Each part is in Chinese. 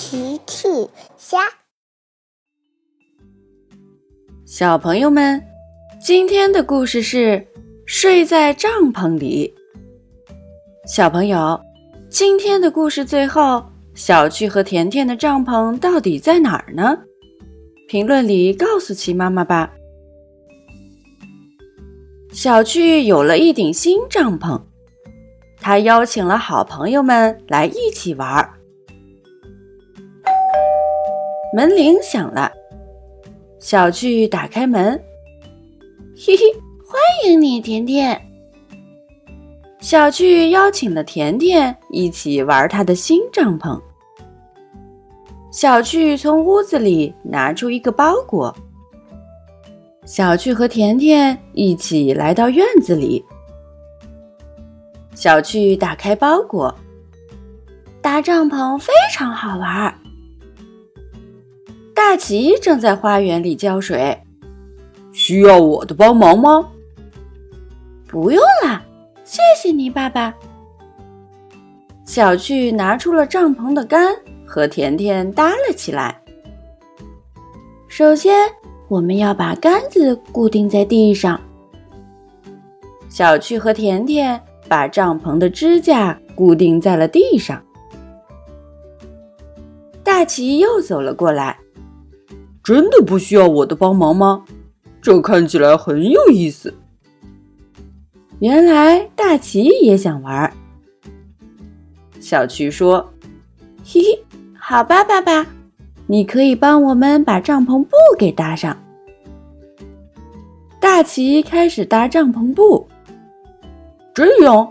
奇趣虾。 小朋友们，今天的故事是睡在帐篷里。小朋友，今天的故事最后，小趣和甜甜的帐篷到底在哪儿呢？评论里告诉奇妈妈吧。小趣有了一顶新帐篷，他邀请了好朋友们来一起玩。门铃响了，小趣打开门，嘿嘿，欢迎你，甜甜。小趣邀请了甜甜一起玩他的新帐篷。小趣从屋子里拿出一个包裹，小趣和甜甜一起来到院子里。小趣打开包裹，搭帐篷非常好玩。大奇正在花园里浇水， 需要我的帮忙吗？ 不用啦，谢谢你，爸爸。小趣拿出了帐篷的杆，和甜甜搭了起来。首先，我们要把杆子固定在地上。小趣和甜甜把帐篷的支架固定在了地上。大奇又走了过来。 真的不需要我的帮忙吗？这看起来很有意思。 原来大奇也想玩。小趣说：嘿嘿，好吧，爸爸，你可以帮我们把帐篷布给搭上。大奇开始搭帐篷布。 这样？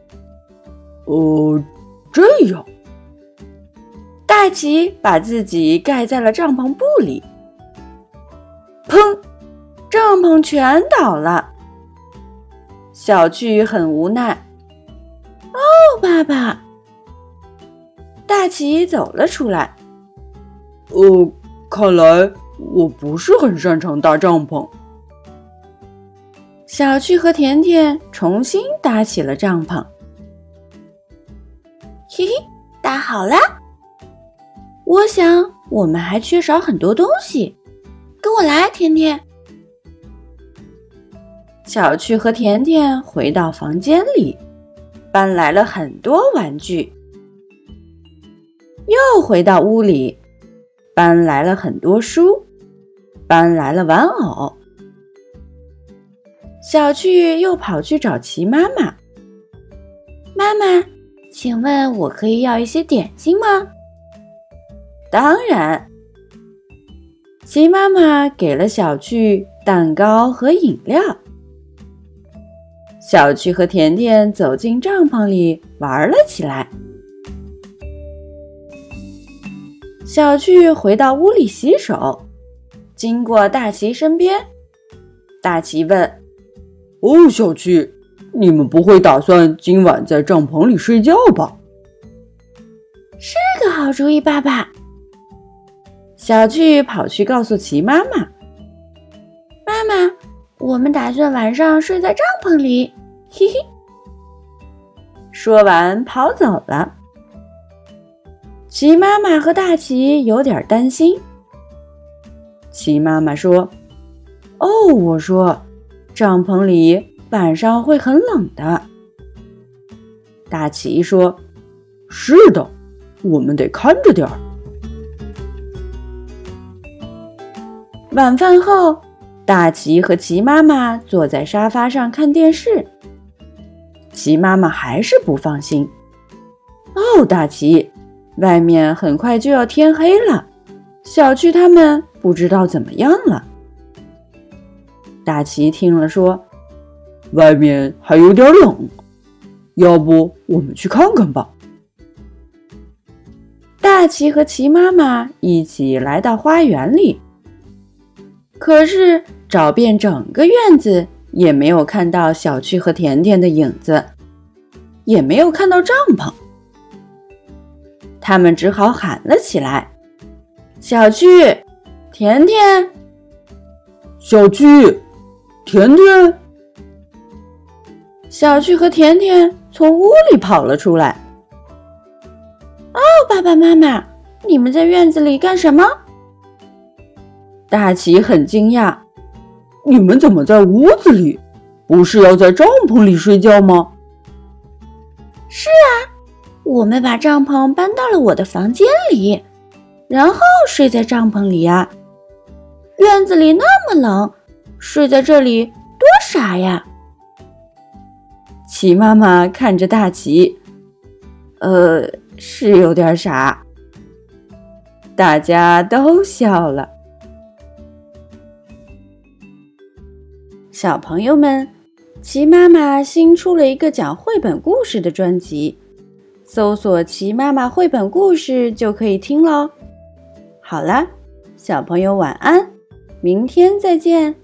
这样。 大奇把自己盖在了帐篷布里。砰！帐篷全倒了。小趣很无奈。哦，爸爸！大奇走了出来。 看来我不是很擅长搭帐篷。 小趣和甜甜重新搭起了帐篷。嘿嘿，搭好了。我想我们还缺少很多东西。跟我来，甜甜。小趣和甜甜回到房间里，搬来了很多玩具。又回到屋里，搬来了很多书，搬来了玩偶。小趣又跑去找齐妈妈。妈妈，请问我可以要一些点心吗？当然。齐妈妈给了小趣蛋糕和饮料。小趣和甜甜走进帐篷里玩了起来。小趣回到屋里洗手，经过大奇身边。大奇问： 小趣，你们不会打算今晚在帐篷里睡觉吧？ 是个好主意，爸爸。小趣跑去告诉齐妈妈：妈妈，我们打算晚上睡在帐篷里，嘿嘿。说完跑走了。齐妈妈和大奇有点担心。齐妈妈说：我说，帐篷里晚上会很冷的。大奇说： 是的，我们得看着点儿。 晚饭后，大奇和齐妈妈坐在沙发上看电视。齐妈妈还是不放心。大奇，外面很快就要天黑了，小趣他们不知道怎么样了。大奇听了说： 外面还有点冷，要不我们去看看吧。 大奇和齐妈妈一起来到花园里。可是找遍整个院子也没有看到小趣和甜甜的影子，也没有看到帐篷。他们只好喊了起来：小趣，甜甜！ 小趣，甜甜！ 小趣和甜甜从屋里跑了出来。爸爸妈妈， 你们在院子里干什么？ 大奇很惊讶，你们怎么在屋子里？不是要在帐篷里睡觉吗？ 是啊，我们把帐篷搬到了我的房间里，然后睡在帐篷里啊。院子里那么冷，睡在这里多傻呀！ 奇妈妈看着大奇，是有点傻。大家都笑了。 小朋友们，奇妈妈新出了一个讲绘本故事的专辑，搜索奇妈妈绘本故事就可以听咯。好了，小朋友晚安，明天再见。